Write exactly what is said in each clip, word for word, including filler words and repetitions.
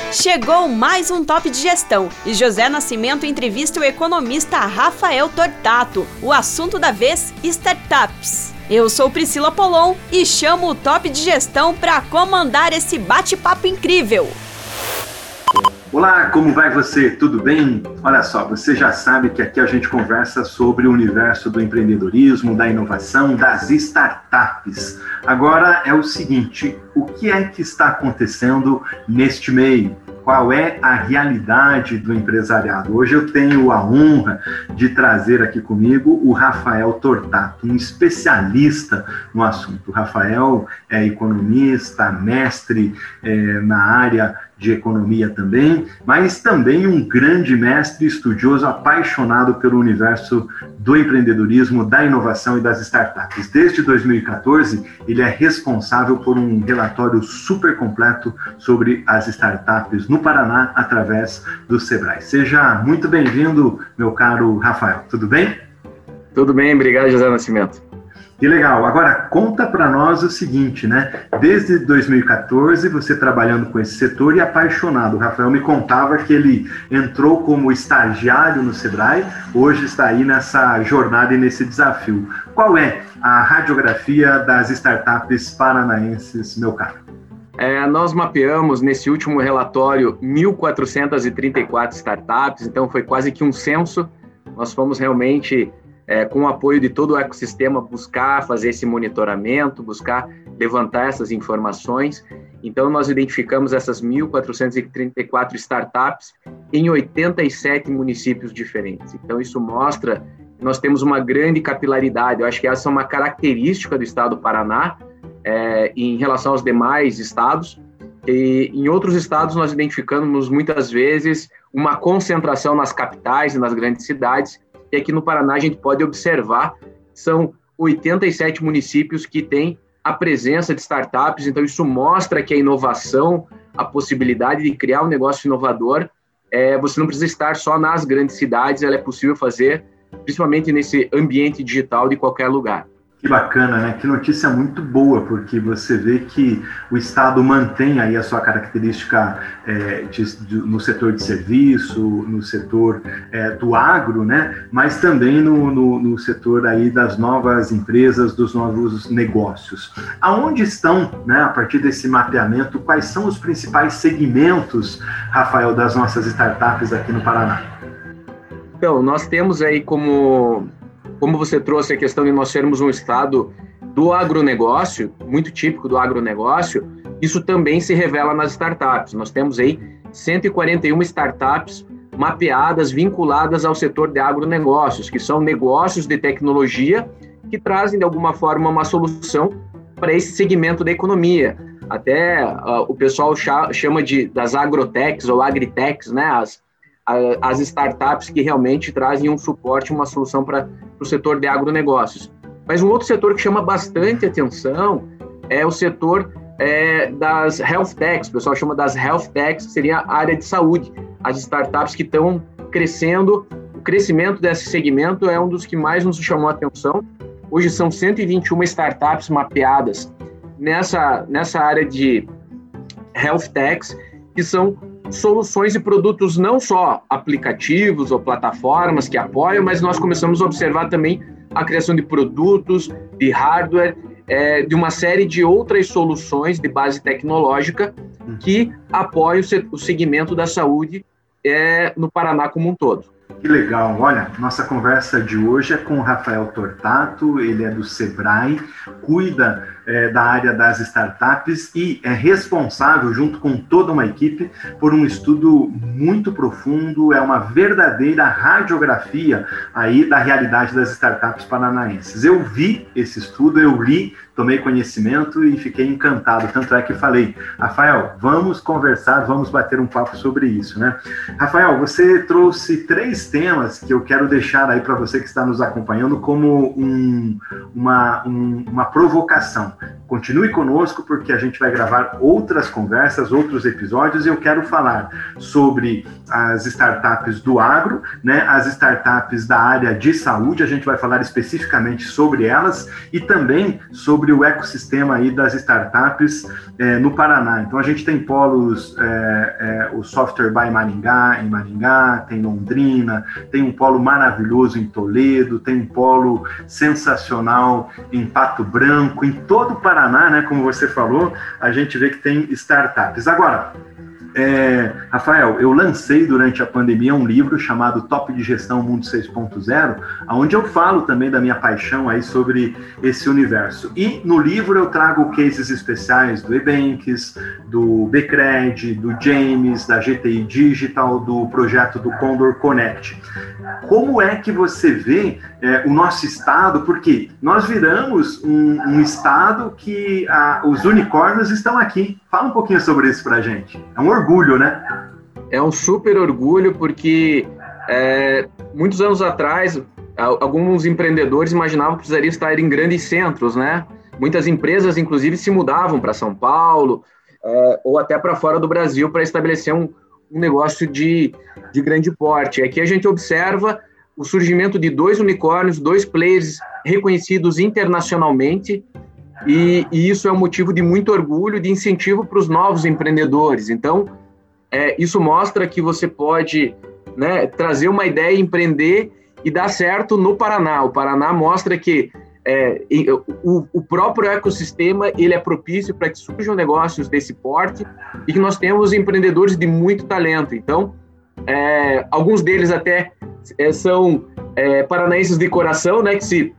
Chegou mais um Top de Gestão e José Nascimento entrevista o economista Rafael Tortato. O assunto da vez, startups. Eu sou Priscila Polon e chamo o Top de Gestão para comandar esse bate-papo incrível. Olá, como vai você? Tudo bem? Olha só, você já sabe que aqui a gente conversa sobre o universo do empreendedorismo, da inovação, das startups. Agora é o seguinte, o que é que está acontecendo neste meio? Qual é a realidade do empresariado? Hoje eu tenho a honra de trazer aqui comigo o Rafael Tortato, um especialista no assunto. O Rafael é economista, mestre é, na área de economia também, mas também um grande mestre estudioso apaixonado pelo universo do empreendedorismo, da inovação e das startups. Desde dois mil e quatorze, ele é responsável por um relatório super completo sobre as startups no Paraná, através do Sebrae. Seja muito bem-vindo, meu caro Rafael. Tudo bem? Tudo bem, obrigado, José Nascimento. Que legal. Agora, conta para nós o seguinte, né? Desde dois mil e quatorze, você trabalhando com esse setor e apaixonado. O Rafael me contava que ele entrou como estagiário no Sebrae, hoje está aí nessa jornada e nesse desafio. Qual é a radiografia das startups paranaenses, meu caro? É, nós mapeamos nesse último relatório mil quatrocentas e trinta e quatro startups, então foi quase que um censo. Nós fomos realmente... É, com o apoio de todo o ecossistema, buscar fazer esse monitoramento, buscar levantar essas informações. Então, nós identificamos essas mil quatrocentas e trinta e quatro startups em oitenta e sete municípios diferentes. Então, isso mostra que nós temos uma grande capilaridade. Eu acho que essa é uma característica do estado do Paraná é, em relação aos demais estados. E em outros estados, nós identificamos muitas vezes uma concentração nas capitais e nas grandes cidades. E aqui no Paraná a gente pode observar, são oitenta e sete municípios que têm a presença de startups, então isso mostra que a inovação, a possibilidade de criar um negócio inovador, é, você não precisa estar só nas grandes cidades, ela é possível fazer, principalmente nesse ambiente digital de qualquer lugar. Que bacana, né? Que notícia muito boa, porque você vê que o Estado mantém aí a sua característica é, de, de, no setor de serviço, no setor é, do agro, né? Mas também no, no, no setor aí das novas empresas, dos novos negócios. Aonde estão, né, a partir desse mapeamento, quais são os principais segmentos, Rafael, das nossas startups aqui no Paraná? Então, nós temos aí como... Como você trouxe a questão de nós sermos um estado do agronegócio, muito típico do agronegócio, isso também se revela nas startups. Nós temos aí cento e quarenta e uma startups mapeadas, vinculadas ao setor de agronegócios, que são negócios de tecnologia que trazem, de alguma forma, uma solução para esse segmento da economia. Até uh, o pessoal chama de, das agrotechs ou agritechs, né? As, as startups que realmente trazem um suporte, uma solução para o setor de agronegócios. Mas um outro setor que chama bastante atenção é o setor é, das health techs, o pessoal chama das health techs, que seria a área de saúde. As startups que estão crescendo, o crescimento desse segmento é um dos que mais nos chamou a atenção. Hoje são cento e vinte e uma startups mapeadas nessa, nessa área de health techs, que são soluções e produtos não só aplicativos ou plataformas que apoiam, mas nós começamos a observar também a criação de produtos, de hardware, é, de uma série de outras soluções de base tecnológica que apoiam o segmento da saúde é, no Paraná como um todo. Que legal. Olha, nossa conversa de hoje é com o Rafael Tortato, ele é do Sebrae, cuida é, da área das startups e é responsável, junto com toda uma equipe, por um estudo muito profundo, é uma verdadeira radiografia aí da realidade das startups paranaenses. Eu vi esse estudo, eu li, tomei conhecimento e fiquei encantado, tanto é que falei, Rafael, vamos conversar, vamos bater um papo sobre isso, né? Rafael, você trouxe três temas que eu quero deixar aí para você que está nos acompanhando como um, uma, um, uma provocação. continue conosco, porque a gente vai gravar outras conversas, outros episódios, e eu quero falar sobre as startups do agro, né, as startups da área de saúde, a gente vai falar especificamente sobre elas, e também sobre o ecossistema aí das startups é, no Paraná. Então a gente tem polos, é, é, o Software by Maringá, em Maringá, tem Londrina, tem um polo maravilhoso em Toledo, tem um polo sensacional em Pato Branco, em todo o Paraná, né, como você falou, a gente vê que tem startups. Agora, é, Rafael, eu lancei durante a pandemia um livro chamado Top de Gestão Mundo seis ponto zero, onde eu falo também da minha paixão aí sobre esse universo. E no livro eu trago cases especiais do Ebanks, do Bcred, do James, da G T I Digital, do projeto do Condor Connect. Como é que você vê é, o nosso estado? Porque nós viramos um, um estado que a, os unicórnios estão aqui. Fala um pouquinho sobre isso pra gente. É um orgulho, né? É um super orgulho, porque é, muitos anos atrás, alguns empreendedores imaginavam que precisariam estar em grandes centros, né? Muitas empresas, inclusive, se mudavam para São Paulo é, ou até para fora do Brasil para estabelecer um, um negócio de, de grande porte. Aqui a gente observa o surgimento de dois unicórnios, dois players reconhecidos internacionalmente, e, e isso é um motivo de muito orgulho, de incentivo para os novos empreendedores. Então, é, isso mostra que você pode, né, trazer uma ideia, empreender e dar certo no Paraná. O Paraná mostra que é, o, o próprio ecossistema ele é propício para que surjam negócios desse porte e que nós temos empreendedores de muito talento. Então, é, alguns deles até é, são é, paranaenses de coração, né, que se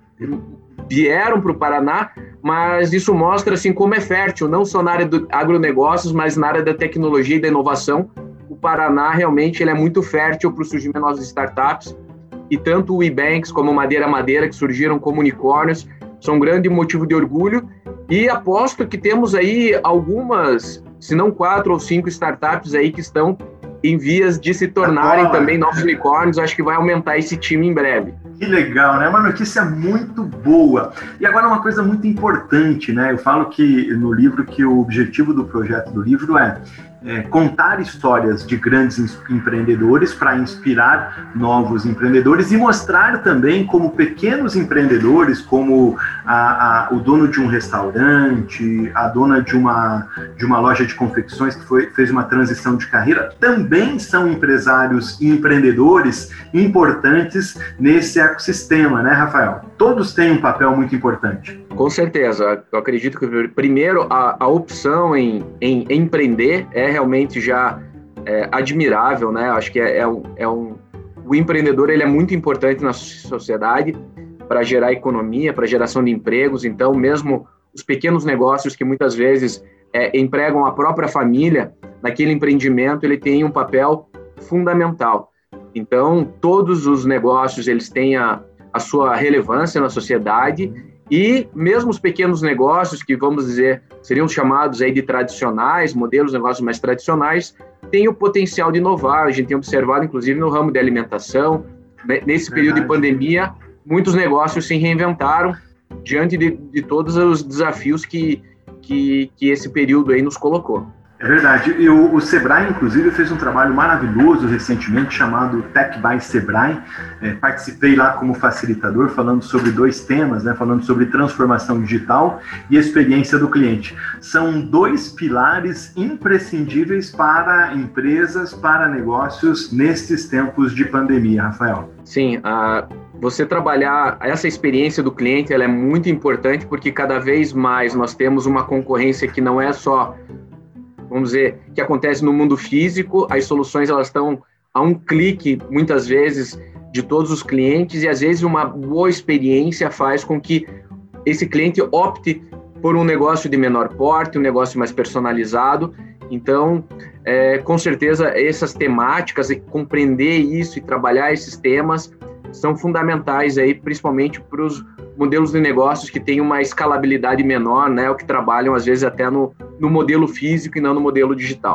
vieram para o Paraná, mas isso mostra assim, como é fértil, não só na área do agronegócios, mas na área da tecnologia e da inovação. O Paraná realmente ele é muito fértil para o surgimento de novas startups, e tanto o Ebanks como o Madeira Madeira, que surgiram como unicórnios, são um grande motivo de orgulho, e aposto que temos aí algumas, se não quatro ou cinco startups aí que estão em vias de se tornarem Agora, também novos unicórnios. Acho que vai aumentar esse time em breve. Que legal, né? Uma notícia muito boa. E agora uma coisa muito importante, né? Eu falo que no livro que o objetivo do projeto do livro é, é contar histórias de grandes empreendedores para inspirar novos empreendedores e mostrar também como pequenos empreendedores, como a, a, o dono de um restaurante, a dona de uma, de uma loja de confecções que foi, fez uma transição de carreira, também são empresários e empreendedores importantes nesse ecossistema, né, Rafael? Todos têm um papel muito importante. Com certeza. Eu acredito que, primeiro, a, a opção em, em empreender é realmente já é, admirável, né? Acho que é, é, um, é um... O empreendedor, ele é muito importante na sociedade para gerar economia, para geração de empregos. Então, mesmo os pequenos negócios que muitas vezes é, empregam a própria família, naquele empreendimento, ele tem um papel fundamental. Então, todos os negócios, eles têm a, a sua relevância na sociedade, e mesmo os pequenos negócios, que vamos dizer, seriam chamados aí de tradicionais, modelos de negócios mais tradicionais, têm o potencial de inovar. A gente tem observado, inclusive, no ramo de alimentação, nesse período Verdade. de pandemia, muitos negócios se reinventaram diante de, de todos os desafios que, que, que esse período aí nos colocou. É verdade. E o, o Sebrae, inclusive, fez um trabalho maravilhoso recentemente chamado Tech by Sebrae. É, participei lá como facilitador, falando sobre dois temas, né, falando sobre transformação digital e experiência do cliente. São dois pilares imprescindíveis para empresas, para negócios nesses tempos de pandemia, Rafael. Sim, a... Você trabalhar essa experiência do cliente, ela é muito importante, porque cada vez mais nós temos uma concorrência que não é só, vamos dizer, que acontece no mundo físico. As soluções, elas estão a um clique, muitas vezes, de todos os clientes, e às vezes uma boa experiência faz com que esse cliente opte por um negócio de menor porte, um negócio mais personalizado. Então, é, com certeza, essas temáticas, compreender isso e trabalhar esses temas são fundamentais aí, principalmente para os modelos de negócios que têm uma escalabilidade menor, né, ou que trabalham às vezes até no, no modelo físico e não no modelo digital.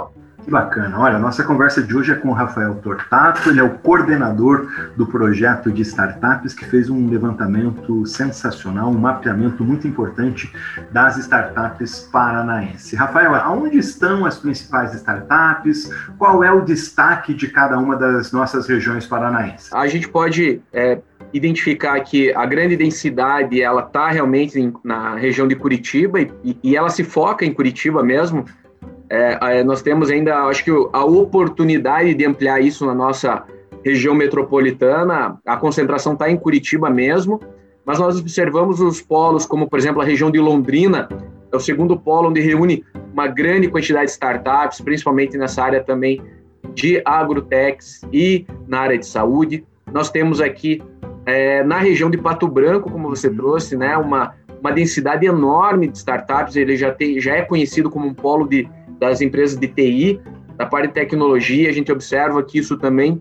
Que bacana. Olha, a nossa conversa de hoje é com o Rafael Tortato, ele é o coordenador do projeto de startups que fez um levantamento sensacional, um mapeamento muito importante das startups paranaenses. Rafael, aonde estão as principais startups? Qual é o destaque de cada uma das nossas regiões paranaenses? A gente pode é, identificar que a grande densidade ela está realmente em, na região de Curitiba e, e ela se foca em Curitiba mesmo. É, nós temos ainda, acho que a oportunidade de ampliar isso na nossa região metropolitana. A concentração está em Curitiba mesmo, mas nós observamos os polos, como por exemplo a região de Londrina, é o segundo polo onde reúne uma grande quantidade de startups, principalmente nessa área também de agrotechs e na área de saúde. Nós temos aqui é, na região de Pato Branco, como você trouxe, né, uma, uma densidade enorme de startups. Ele já, tem, já é conhecido como um polo de das empresas de T I, da parte de tecnologia. A gente observa que isso também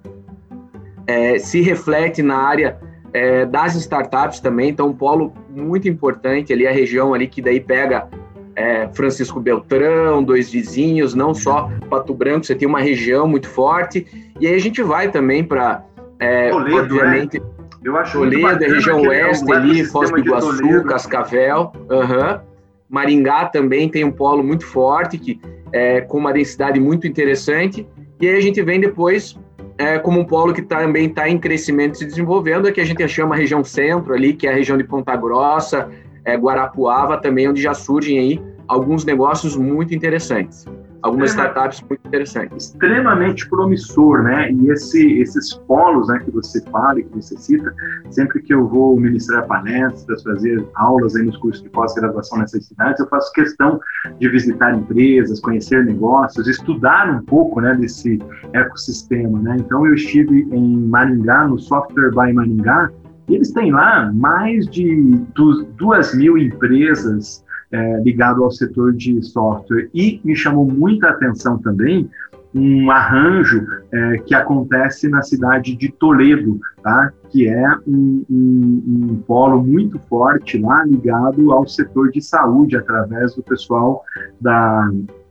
é, se reflete na área é, das startups também, então um polo muito importante ali, a região ali que daí pega é, Francisco Beltrão, dois vizinhos, não só Pato Branco, você tem uma região muito forte, e aí a gente vai também para, é, obviamente, né? Eu acho Toledo, a região oeste é ali, Foz do Iguaçu, Toledo. Cascavel, uhum. Maringá também tem um polo muito forte, que É, com uma densidade muito interessante, e aí a gente vem depois é, como um polo que também está em crescimento e se desenvolvendo, é que a gente chama a região centro ali, que é a região de Ponta Grossa, é, Guarapuava também, onde já surgem aí alguns negócios muito interessantes, algumas startups muito interessantes. Extremamente promissor, né? E esse, esses polos, né, que você fala e que você cita, sempre que eu vou ministrar palestras, fazer aulas aí nos cursos de pós-graduação nessas cidades, eu faço questão de visitar empresas, conhecer negócios, estudar um pouco, né, desse ecossistema, né? Então eu estive em Maringá, no Software by Maringá, e eles têm lá mais de duas mil empresas É, ligado ao setor de software, e me chamou muita atenção também um arranjo é, que acontece na cidade de Toledo, tá? Que é um, um, um polo muito forte lá ligado ao setor de saúde, através do pessoal da,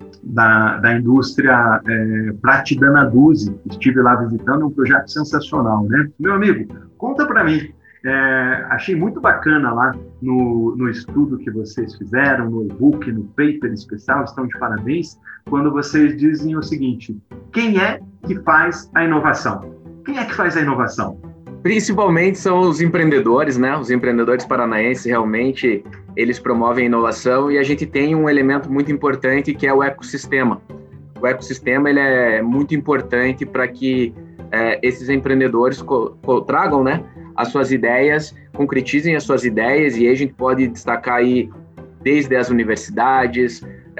da, da indústria é, Pratidana Duzi. Estive lá visitando, um projeto sensacional, né? Meu amigo, conta para mim. É, achei muito bacana lá no, no estudo que vocês fizeram, no e-book, no paper especial, estão de parabéns, quando vocês dizem o seguinte: quem é que faz a inovação? Quem é que faz a inovação? Principalmente são os empreendedores, né? Os empreendedores paranaenses, realmente, eles promovem a inovação, e a gente tem um elemento muito importante que é o ecossistema. O ecossistema ele é muito importante para que é, esses empreendedores co- co- tragam, né, as suas ideias, concretizem as suas ideias, e aí a gente pode destacar aí desde as universidades,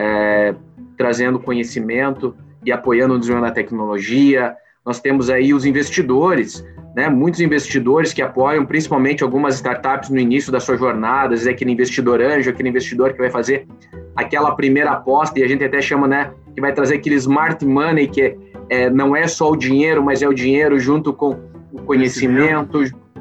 é, trazendo conhecimento e apoiando o desenvolvimento da tecnologia. Nós temos aí os investidores, né, muitos investidores que apoiam principalmente algumas startups no início das suas jornadas, é aquele investidor anjo, aquele investidor que vai fazer aquela primeira aposta, e a gente até chama, né, que vai trazer aquele smart money, que é, é, não é só o dinheiro, mas é o dinheiro junto com o conhecimento,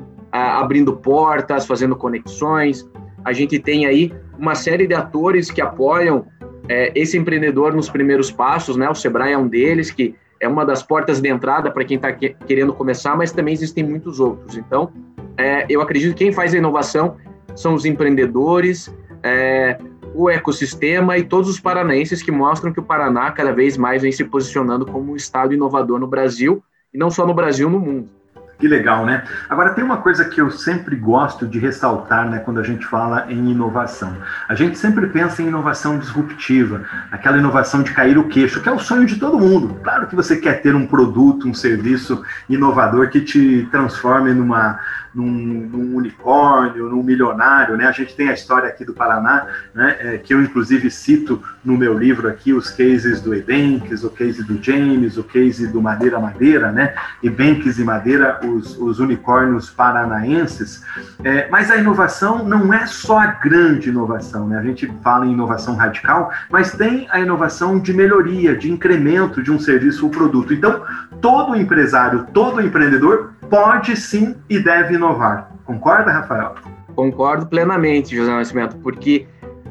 abrindo portas, fazendo conexões. A gente tem aí uma série de atores que apoiam é, esse empreendedor nos primeiros passos, né? O Sebrae é um deles, que é uma das portas de entrada para quem está que, querendo começar, mas também existem muitos outros. Então, é, eu acredito que quem faz a inovação são os empreendedores, é, o ecossistema e todos os paranaenses que mostram que o Paraná cada vez mais vem se posicionando como um estado inovador no Brasil, e não só no Brasil, no mundo. Que legal, né? Agora, tem uma coisa que eu sempre gosto de ressaltar, né, quando a gente fala em inovação. A gente sempre pensa em inovação disruptiva, aquela inovação de cair o queixo, que é o sonho de todo mundo. Claro que você quer ter um produto, um serviço inovador que te transforme numa, num, num unicórnio, num milionário, né? A gente tem a história aqui do Paraná, né, é, que eu inclusive cito no meu livro aqui, os cases do Ebanks, o case do James, o case do Madeira Madeira, né? Ebanks e Madeira, os, os unicórnios paranaenses, é, mas a inovação não é só a grande inovação, né? A gente fala em inovação radical, mas tem a inovação de melhoria, de incremento de um serviço ou produto. Então, todo empresário, todo empreendedor pode sim e deve inovar. Concorda, Rafael? Concordo plenamente, José Nascimento, porque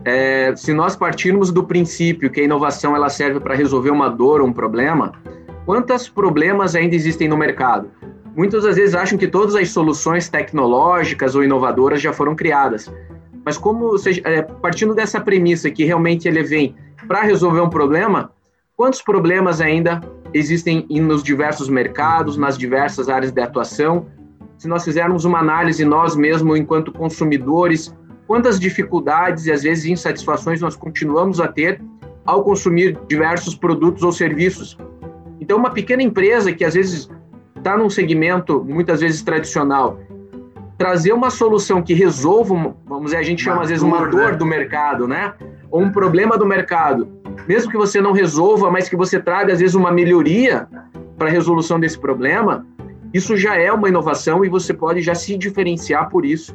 é, se nós partirmos do princípio que a inovação ela serve para resolver uma dor ou um problema, quantos problemas ainda existem no mercado? Muitas das vezes acham que todas as soluções tecnológicas ou inovadoras já foram criadas. Mas como, seja, é, partindo dessa premissa que realmente ele vem para resolver um problema, quantos problemas ainda existem nos diversos mercados, nas diversas áreas de atuação? Se nós fizermos uma análise nós mesmos enquanto consumidores, quantas dificuldades e às vezes insatisfações nós continuamos a ter ao consumir diversos produtos ou serviços? Então, uma pequena empresa que às vezes está num segmento muitas vezes tradicional, trazer uma solução que resolva, vamos dizer, a gente chama às vezes uma dor do mercado, né? Ou um problema do mercado, mesmo que você não resolva, mas que você traga às vezes uma melhoria para a resolução desse problema, isso já é uma inovação e você pode já se diferenciar por isso.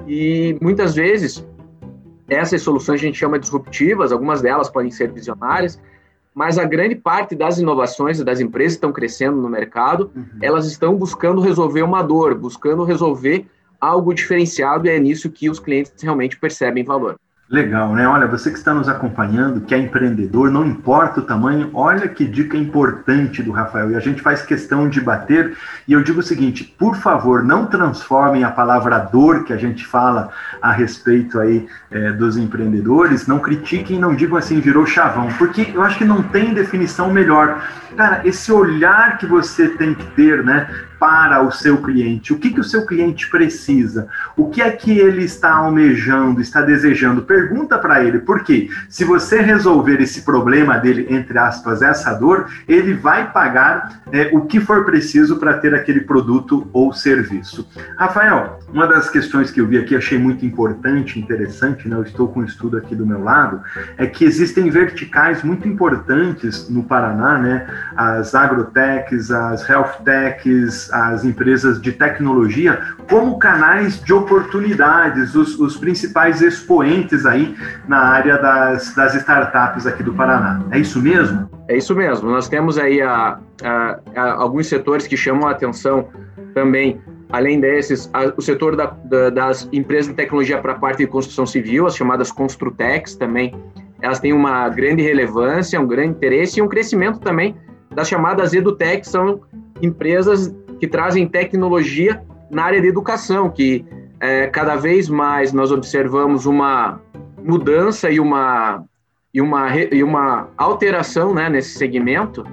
E muitas vezes essas soluções a gente chama disruptivas, algumas delas podem ser visionárias, mas a grande parte das inovações das empresas que estão crescendo no mercado, uhum. elas estão buscando resolver uma dor, buscando resolver algo diferenciado, e é nisso que os clientes realmente percebem valor. Legal, né? Olha, você que está nos acompanhando, que é empreendedor, não importa o tamanho, olha que dica importante do Rafael, e a gente faz questão de bater, e eu digo o seguinte, por favor, não transformem a palavra dor que a gente fala a respeito aí é, dos empreendedores, não critiquem, não digam assim, virou chavão, porque eu acho que não tem definição melhor. Cara, esse olhar que você tem que ter, né, para o seu cliente, o que, que o seu cliente precisa, o que é que ele está almejando, está desejando, pergunta para ele, porque se você resolver esse problema dele, entre aspas, essa dor, ele vai pagar é, o que for preciso para ter aquele produto ou serviço. Rafael, uma das questões que eu vi aqui, achei muito importante, interessante, né, eu estou com um estudo aqui do meu lado, é que existem verticais muito importantes no Paraná, né, as agrotechs, as healthtechs, as empresas de tecnologia, como canais de oportunidades, os, os principais expoentes aí na área das, das startups aqui do Paraná. É isso mesmo? É isso mesmo. Nós temos aí a, a, a, alguns setores que chamam a atenção também, além desses, a, o setor da, da, das empresas de tecnologia para a parte de construção civil, as chamadas Construtechs também, elas têm uma grande relevância, um grande interesse e um crescimento também das chamadas EduTech, são empresas que trazem tecnologia na área de educação, que é, cada vez mais nós observamos uma mudança e uma, e uma, e uma alteração, né, nesse segmento,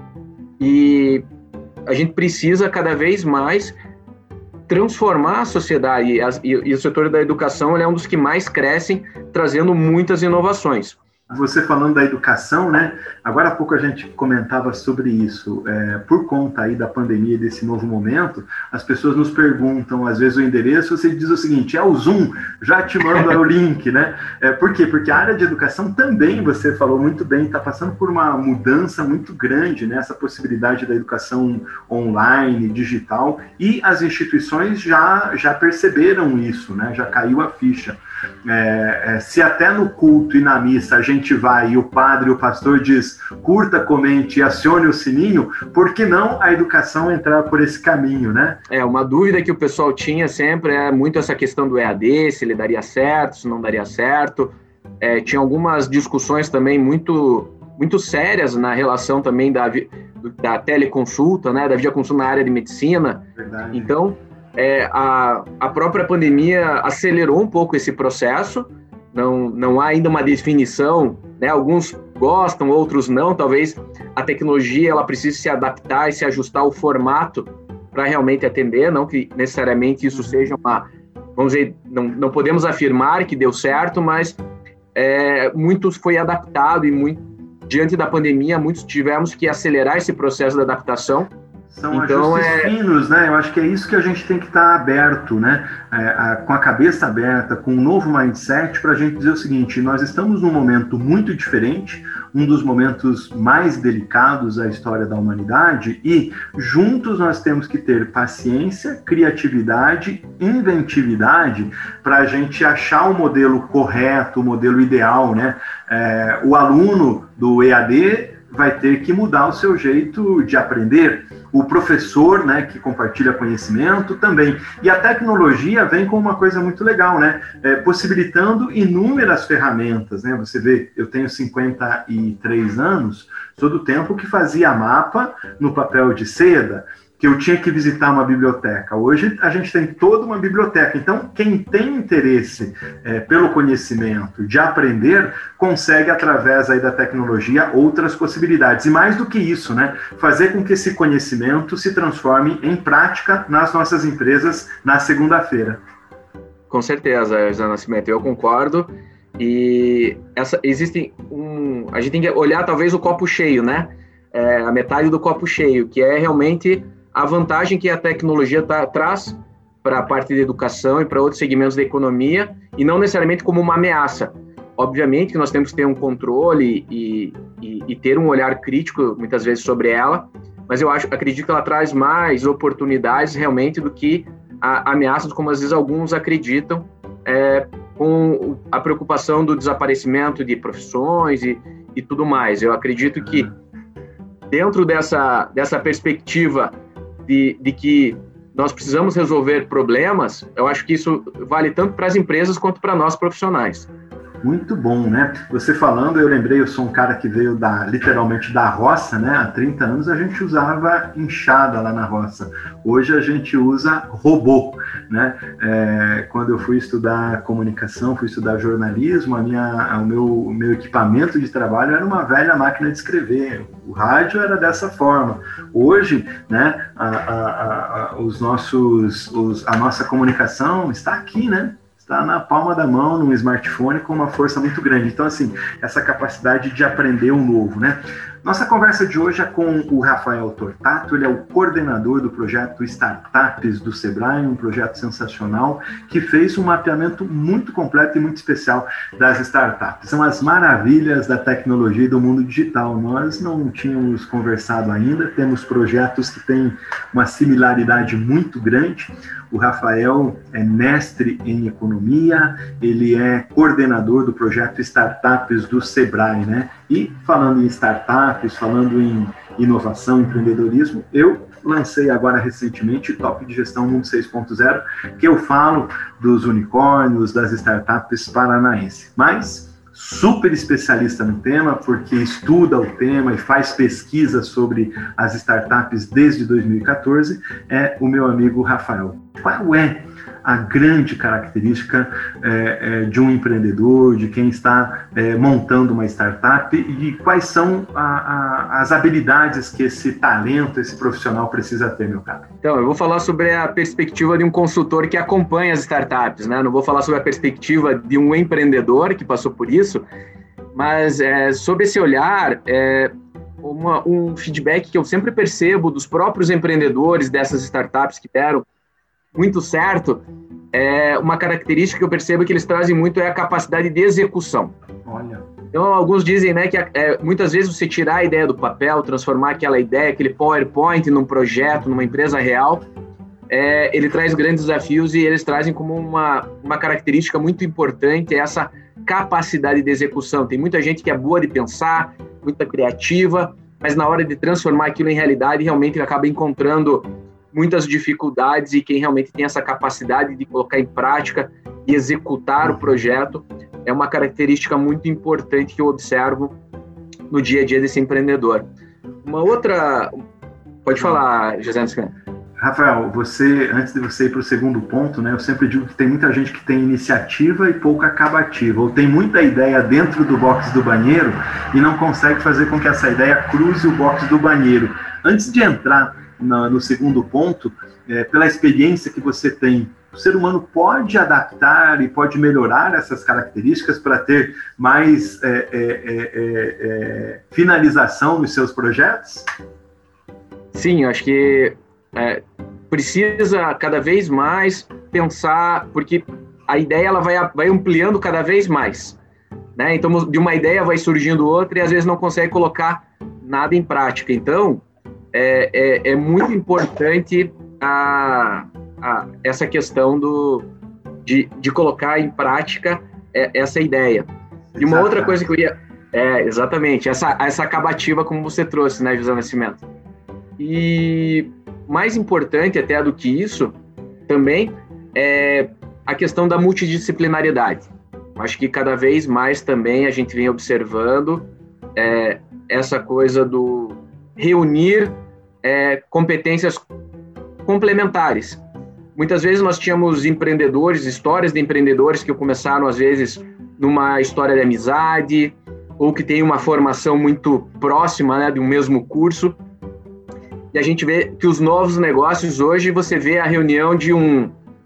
e a gente precisa cada vez mais transformar a sociedade, e, as, e, e o setor da educação ele é um dos que mais crescem, trazendo muitas inovações. Você falando da educação, né? Agora há pouco a gente comentava sobre isso. É, por conta aí da pandemia, desse novo momento, as pessoas nos perguntam, às vezes, o endereço, você diz o seguinte, é o Zoom, já te mando o link, né? É, por quê? Porque a área de educação também, você falou muito bem, está passando por uma mudança muito grande, né? Essa possibilidade da educação online, digital, e as instituições já, já perceberam isso, né? Já caiu a ficha. É, é, se até no culto e na missa a gente vai e o padre, o pastor diz curta, comente e acione o sininho, por que não a educação entrar por esse caminho, né? É, uma dúvida que o pessoal tinha sempre é muito essa questão do E A D, se ele daria certo, se não daria certo. É, tinha algumas discussões também muito, muito sérias na relação também da, da teleconsulta, né, da videoconsulta na área de medicina. Verdade. Então, É, a, a própria pandemia acelerou um pouco esse processo, não, não há ainda uma definição, né? Alguns gostam, outros não, talvez a tecnologia ela precise se adaptar e se ajustar ao formato para realmente atender, não que necessariamente isso seja uma, vamos dizer, não, não podemos afirmar que deu certo, mas é, muito foi adaptado e muito, diante da pandemia, muitos tivemos que acelerar esse processo de adaptação. São então, ajustes é... finos, né? Eu acho que é isso que a gente tem que estar aberto, né? É, a, com a cabeça aberta, com um novo mindset, para a gente dizer o seguinte, nós estamos num momento muito diferente, um dos momentos mais delicados da história da humanidade, e juntos nós temos que ter paciência, criatividade, inventividade, para a gente achar o modelo correto, o modelo ideal, né? É, o aluno do E A D vai ter que mudar o seu jeito de aprender. o professor, né, que compartilha conhecimento também. E a tecnologia vem com uma coisa muito legal, né, é, possibilitando inúmeras ferramentas, né. Você vê, eu tenho cinquenta e três anos, sou do tempo que fazia mapa no papel de seda, que eu tinha que visitar uma biblioteca. Hoje a gente tem toda uma biblioteca. Então, quem tem interesse é, pelo conhecimento, de aprender, consegue, através aí da tecnologia, outras possibilidades. E mais do que isso, né, fazer com que esse conhecimento se transforme em prática nas nossas empresas na segunda-feira. Com certeza, José Nascimento, eu concordo. E essa, existe um... A gente tem que olhar, talvez, o copo cheio, né? É, a metade do copo cheio, que é realmente a vantagem que a tecnologia tá, traz para a parte de educação e para outros segmentos da economia, e não necessariamente como uma ameaça. Obviamente que nós temos que ter um controle e, e, e ter um olhar crítico, muitas vezes, sobre ela, mas eu acho, acredito que ela traz mais oportunidades, realmente, do que a, ameaças, como às vezes alguns acreditam, é, com a preocupação do desaparecimento de profissões e, e tudo mais. Eu acredito que, dentro dessa, dessa perspectiva De, de que nós precisamos resolver problemas, eu acho que isso vale tanto para as empresas quanto para nós profissionais. Muito bom, né? Você falando, eu lembrei, eu sou um cara que veio da, literalmente da roça, né? Há trinta anos a gente usava enxada lá na roça. Hoje a gente usa robô, né? É, quando eu fui estudar comunicação, fui estudar jornalismo, a minha, o, meu, o meu equipamento de trabalho era uma velha máquina de escrever. O rádio era dessa forma. Hoje, né? A, a, a, os nossos, os, a nossa comunicação está aqui, né? Está na palma da mão, num smartphone, com uma força muito grande. Então, assim, essa capacidade de aprender um novo, né? Nossa conversa de hoje é com o Rafael Tortato, ele é o coordenador do projeto Startups do Sebrae, um projeto sensacional que fez um mapeamento muito completo e muito especial das startups. São as maravilhas da tecnologia e do mundo digital. Nós não tínhamos conversado ainda, temos projetos que têm uma similaridade muito grande. O Rafael é mestre em economia, ele é coordenador do projeto Startups do Sebrae, né? E falando em startups, falando em inovação, empreendedorismo, eu lancei agora recentemente o Top de Gestão Mundo seis ponto zero, que eu falo dos unicórnios, das startups paranaenses. Mas super especialista no tema, porque estuda o tema e faz pesquisa sobre as startups desde dois mil e quatorze, é o meu amigo Rafael. Qual é a grande característica é, é, de um empreendedor, de quem está é, montando uma startup, e quais são a, a, as habilidades que esse talento, esse profissional precisa ter, meu cara? Então, eu vou falar sobre a perspectiva de um consultor que acompanha as startups, né? Não vou falar sobre a perspectiva de um empreendedor que passou por isso, mas é, sobre esse olhar, é, uma, um feedback que eu sempre percebo dos próprios empreendedores dessas startups que deram muito certo, é uma característica que eu percebo que eles trazem muito é a capacidade de execução. Olha. Então, alguns dizem, né, que é, muitas vezes você tirar a ideia do papel, transformar aquela ideia, aquele PowerPoint num projeto, numa empresa real, é, ele traz grandes desafios e eles trazem como uma, uma característica muito importante essa capacidade de execução. Tem muita gente que é boa de pensar, muita criativa, mas na hora de transformar aquilo em realidade, realmente acaba encontrando muitas dificuldades, e quem realmente tem essa capacidade de colocar em prática e executar o projeto é uma característica muito importante que eu observo no dia a dia desse empreendedor. Uma outra... Pode falar, José Nascimento. Rafael, você, antes de você ir para o segundo ponto, né, eu sempre digo que tem muita gente que tem iniciativa e pouca acabativa, ou tem muita ideia dentro do box do banheiro e não consegue fazer com que essa ideia cruze o box do banheiro. Antes de entrar No, no segundo ponto, é, pela experiência que você tem, o ser humano pode adaptar e pode melhorar essas características para ter mais é, é, é, é, finalização nos seus projetos? Sim, eu acho que é, precisa cada vez mais pensar, porque a ideia ela vai, vai ampliando cada vez mais, né? Então, de uma ideia vai surgindo outra e às vezes não consegue colocar nada em prática. Então, É, é, é muito importante a, a, essa questão do, de, de colocar em prática é, essa ideia. E uma outra coisa que eu ia... É, exatamente, essa, essa acabativa como você trouxe, né, José Nascimento? E mais importante até do que isso, também, é a questão da multidisciplinariedade. Acho que cada vez mais também a gente vem observando é, essa coisa do reunir é, competências complementares. Muitas vezes nós tínhamos empreendedores, histórias de empreendedores que começaram, às vezes, numa história de amizade, ou que tem uma formação muito próxima, né, de um mesmo curso. E a gente vê que os novos negócios, hoje, você vê a reunião de um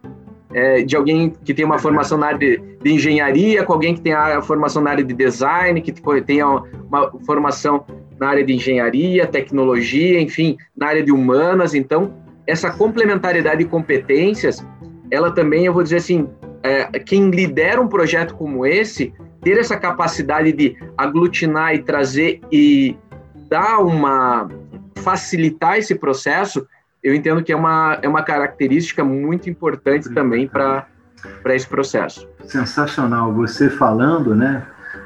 é, de alguém que tem uma formação na área de, de engenharia, com alguém que tem a formação na área de design, que tem uma formação na área de engenharia, tecnologia, enfim, na área de humanas. Então, essa complementariedade de competências, ela também, eu vou dizer assim, é, quem lidera um projeto como esse, ter essa capacidade de aglutinar e trazer e dar uma... facilitar esse processo, eu entendo que é uma, é uma característica muito importante também para para esse processo. Sensacional. Você falando, né?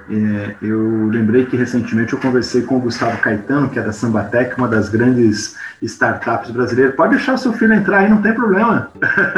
É, eu lembrei que recentemente eu conversei com o Gustavo Caetano, que é da Sambatec, uma das grandes startups brasileiras. Pode deixar o seu filho entrar aí, não tem problema.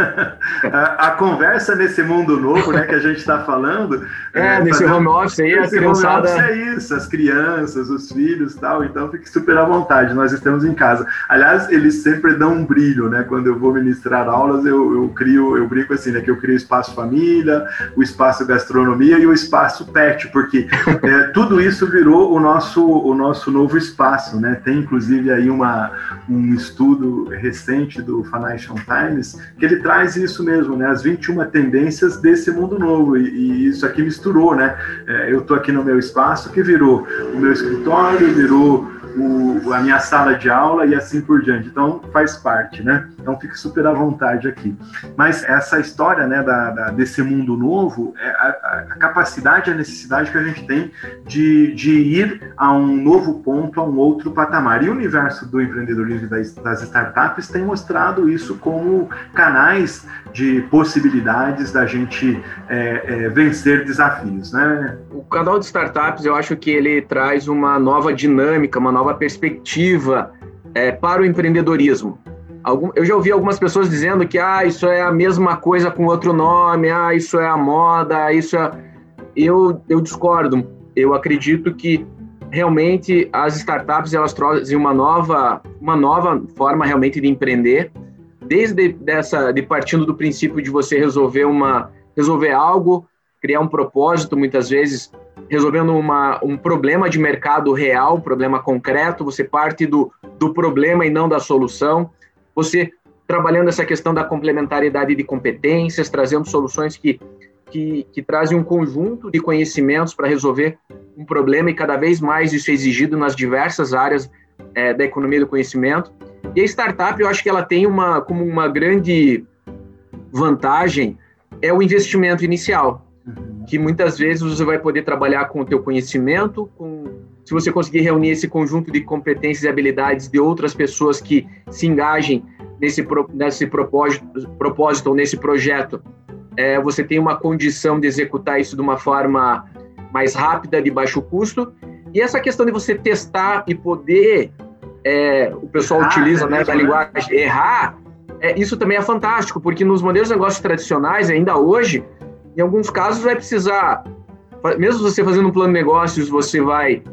a, a conversa nesse mundo novo, né, que a gente está falando... É, é nesse home office aí, a criançada... Home office é isso, as crianças, os filhos e tal, então fique super à vontade, nós estamos em casa. Aliás, eles sempre dão um brilho, né, quando eu vou ministrar aulas, eu, eu crio, eu brinco assim, né, que eu crio o espaço família, o espaço gastronomia e o espaço pet, porque é, tudo isso virou o nosso, o nosso novo espaço, né, tem inclusive aí uma... um estudo recente do Financial Times, que ele traz isso mesmo, né, as vinte e uma tendências desse mundo novo, e, e isso aqui misturou, né, é, eu estou aqui no meu espaço, que virou o meu escritório, virou o, a minha sala de aula e assim por diante, então faz parte, né, então fique super à vontade aqui. Mas essa história, né, da, da, desse mundo novo, é a, a capacidade, a necessidade que a gente tem de, de ir a um novo ponto, a um outro patamar, e o universo do empreendedorismo das, das startups tem mostrado isso como canais de possibilidades da gente é, é, vencer desafios, né? O canal de startups, eu acho que ele traz uma nova dinâmica, uma nova perspectiva é, para o empreendedorismo. Algum, eu já ouvi algumas pessoas dizendo que ah, isso é a mesma coisa com outro nome, ah, isso é a moda, isso é... Eu, eu discordo. Eu acredito que realmente as startups elas trazem uma nova, uma nova forma realmente de empreender, desde dessa, de partindo do princípio de você resolver, uma, resolver algo, criar um propósito, muitas vezes resolvendo uma, um problema de mercado real, um problema concreto, você parte do, do problema e não da solução, você trabalhando essa questão da complementariedade de competências, trazendo soluções que, que, que trazem um conjunto de conhecimentos para resolver um problema, e cada vez mais isso é exigido nas diversas áreas é, da economia do conhecimento. E a startup, eu acho que ela tem uma, como uma grande vantagem, é o investimento inicial, que muitas vezes você vai poder trabalhar com o teu conhecimento, com, se você conseguir reunir esse conjunto de competências e habilidades de outras pessoas que se engajem nesse, nesse propósito, propósito ou nesse projeto, é, você tem uma condição de executar isso de uma forma mais rápida, de baixo custo. E essa questão de você testar e poder, é, o pessoal errar, utiliza, né, da linguagem, errar, é, isso também é fantástico, porque nos modelos de negócios tradicionais, ainda hoje, em alguns casos vai precisar, mesmo você fazendo um plano de negócios, você vai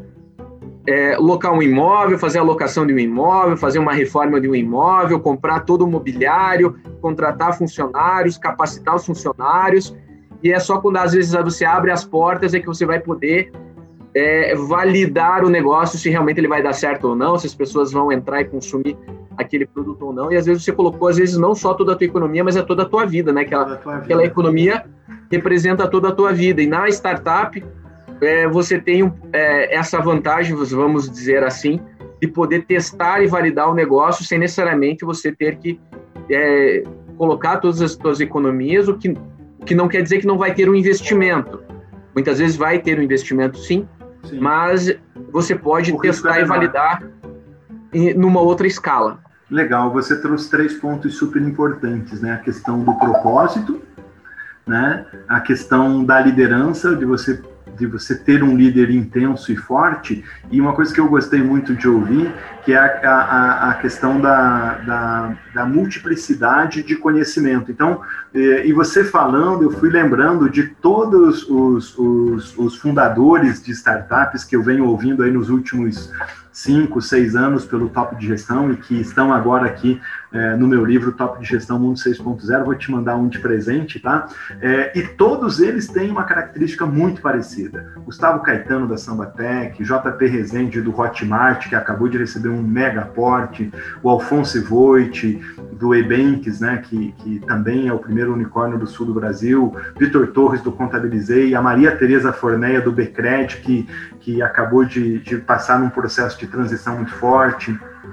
é, locar um imóvel, fazer a locação de um imóvel, fazer uma reforma de um imóvel, comprar todo o mobiliário, contratar funcionários, capacitar os funcionários, e é só quando às vezes você abre as portas é que você vai poder é, validar o negócio, se realmente ele vai dar certo ou não, se as pessoas vão entrar e consumir aquele produto ou não, e às vezes você colocou, às vezes, não só toda a tua economia, mas é toda a tua vida, né? Aquela, vida. aquela economia representa toda a tua vida, e na startup é, você tem um, é, essa vantagem, vamos dizer assim, de poder testar e validar o negócio sem necessariamente você ter que é, colocar todas as tuas economias, o que, o que não quer dizer que não vai ter um investimento. Muitas vezes vai ter um investimento, sim, sim. Mas você pode o testar e validar em, numa outra escala. Legal, você trouxe três pontos super importantes, né? A questão do propósito, né? A questão da liderança, de você de você ter um líder intenso e forte, e uma coisa que eu gostei muito de ouvir, que é a, a, a questão da, da, da multiplicidade de conhecimento. Então, e, e você falando, eu fui lembrando de todos os, os, os fundadores de startups que eu venho ouvindo aí nos últimos cinco, seis anos pelo Top de Gestão e que estão agora aqui é, no meu livro Top de Gestão Mundo seis ponto zero, vou te mandar um de presente, tá? É, e todos eles têm uma característica muito parecida. Gustavo Caetano da Sambatec, J P Rezende do Hotmart, que acabou de receber um mega aporte, o Alfonso Voit do Ebanks, né, que, que também é o primeiro unicórnio do sul do Brasil, Vitor Torres do Contabilizei, a Maria Tereza Forneia do Becred, que, que acabou de, de passar num processo de transição muito forte,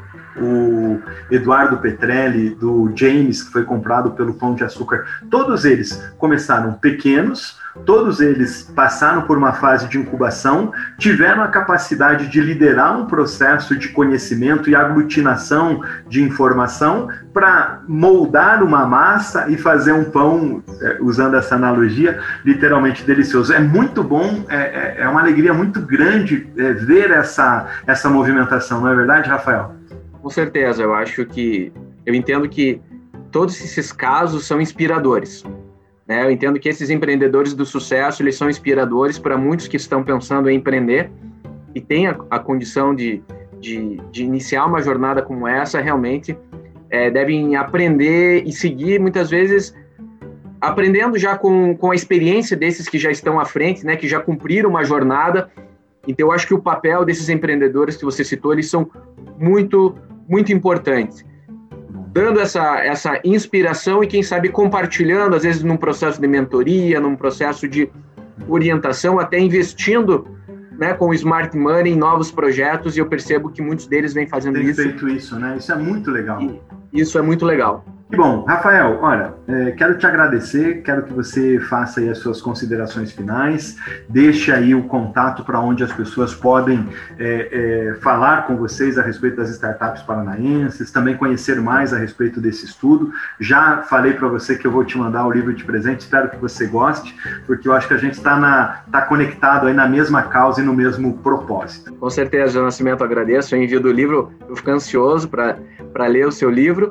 o Eduardo Petrelli do James, que foi comprado pelo Pão de Açúcar. Todos eles começaram pequenos, todos eles passaram por uma fase de incubação, tiveram a capacidade de liderar um processo de conhecimento e aglutinação de informação para moldar uma massa e fazer um pão, usando essa analogia, literalmente delicioso. É muito bom, é, é uma alegria muito grande é, ver essa, essa movimentação, não é verdade, Rafael? Com certeza, eu acho que, eu entendo que todos esses casos são inspiradores, né? Eu entendo que esses empreendedores do sucesso, eles são inspiradores para muitos que estão pensando em empreender e têm a, a condição de, de, de iniciar uma jornada como essa, realmente é, devem aprender e seguir, muitas vezes, aprendendo já com, com a experiência desses que já estão à frente, né? Que já cumpriram uma jornada. Então, eu acho que o papel desses empreendedores que você citou, eles são muito muito importante, dando essa, essa inspiração e, quem sabe, compartilhando, às vezes, num processo de mentoria, num processo de orientação, até investindo, né, com o Smart Money em novos projetos, e eu percebo que muitos deles vêm fazendo Tem isso. Tem feito isso, né? Isso é muito legal. E isso é muito legal. Que bom. Rafael, olha, é, quero te agradecer, quero que você faça aí as suas considerações finais, deixe aí o contato para onde as pessoas podem é, é, falar com vocês a respeito das startups paranaenses, também conhecer mais a respeito desse estudo. Já falei para você que eu vou te mandar o livro de presente, espero que você goste, porque eu acho que a gente está tá conectado aí na mesma causa e no mesmo propósito. Com certeza, Nascimento, agradeço o envio do livro, eu fico ansioso para ler o seu livro.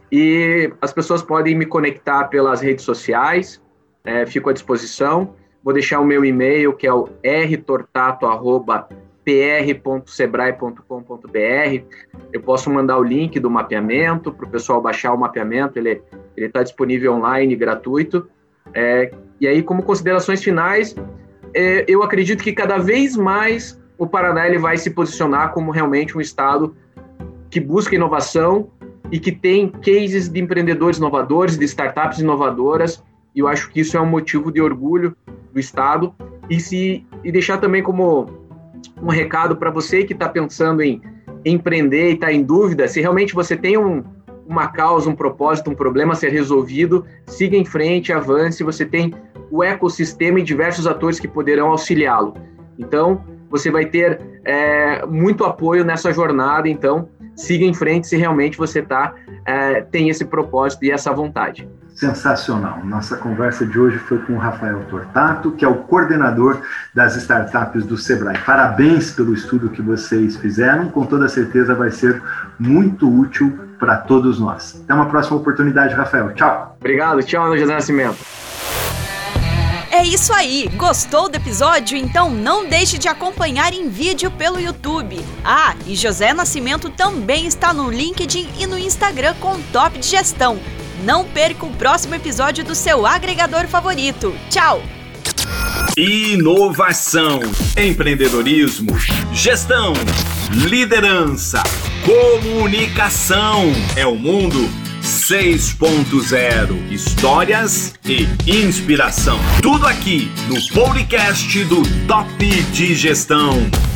E as pessoas podem me conectar pelas redes sociais, é, fico à disposição. Vou deixar o meu e-mail, que é o r tortato arroba p r ponto sebrae ponto com ponto b r. Eu posso mandar o link do mapeamento para o pessoal baixar o mapeamento, ele está disponível online, gratuito. É, e aí, como considerações finais, é, eu acredito que cada vez mais o Paraná ele vai se posicionar como realmente um estado que busca inovação, e que tem cases de empreendedores inovadores, de startups inovadoras, e eu acho que isso é um motivo de orgulho do Estado, e, se, e deixar também como um recado para você que está pensando em empreender e está em dúvida, se realmente você tem um, uma causa, um propósito, um problema a ser resolvido, siga em frente, avance, você tem o ecossistema e diversos atores que poderão auxiliá-lo. Então, você vai ter é, muito apoio nessa jornada, então, siga em frente se realmente você tá, é, tem esse propósito e essa vontade. Sensacional. Nossa conversa de hoje foi com o Rafael Tortato, que é o coordenador das startups do Sebrae. Parabéns pelo estudo que vocês fizeram, com toda certeza vai ser muito útil para todos nós. Até uma próxima oportunidade, Rafael. Tchau. Obrigado. Tchau, José Nascimento. É isso aí! Gostou do episódio? Então não deixe de acompanhar em vídeo pelo YouTube. Ah, e José Nascimento também está no LinkedIn e no Instagram com Top de Gestão. Não perca o próximo episódio do seu agregador favorito. Tchau! Inovação, empreendedorismo, gestão, liderança, comunicação. É o mundo seis ponto zero. Histórias e inspiração. Tudo aqui no podcast do Top de Gestão.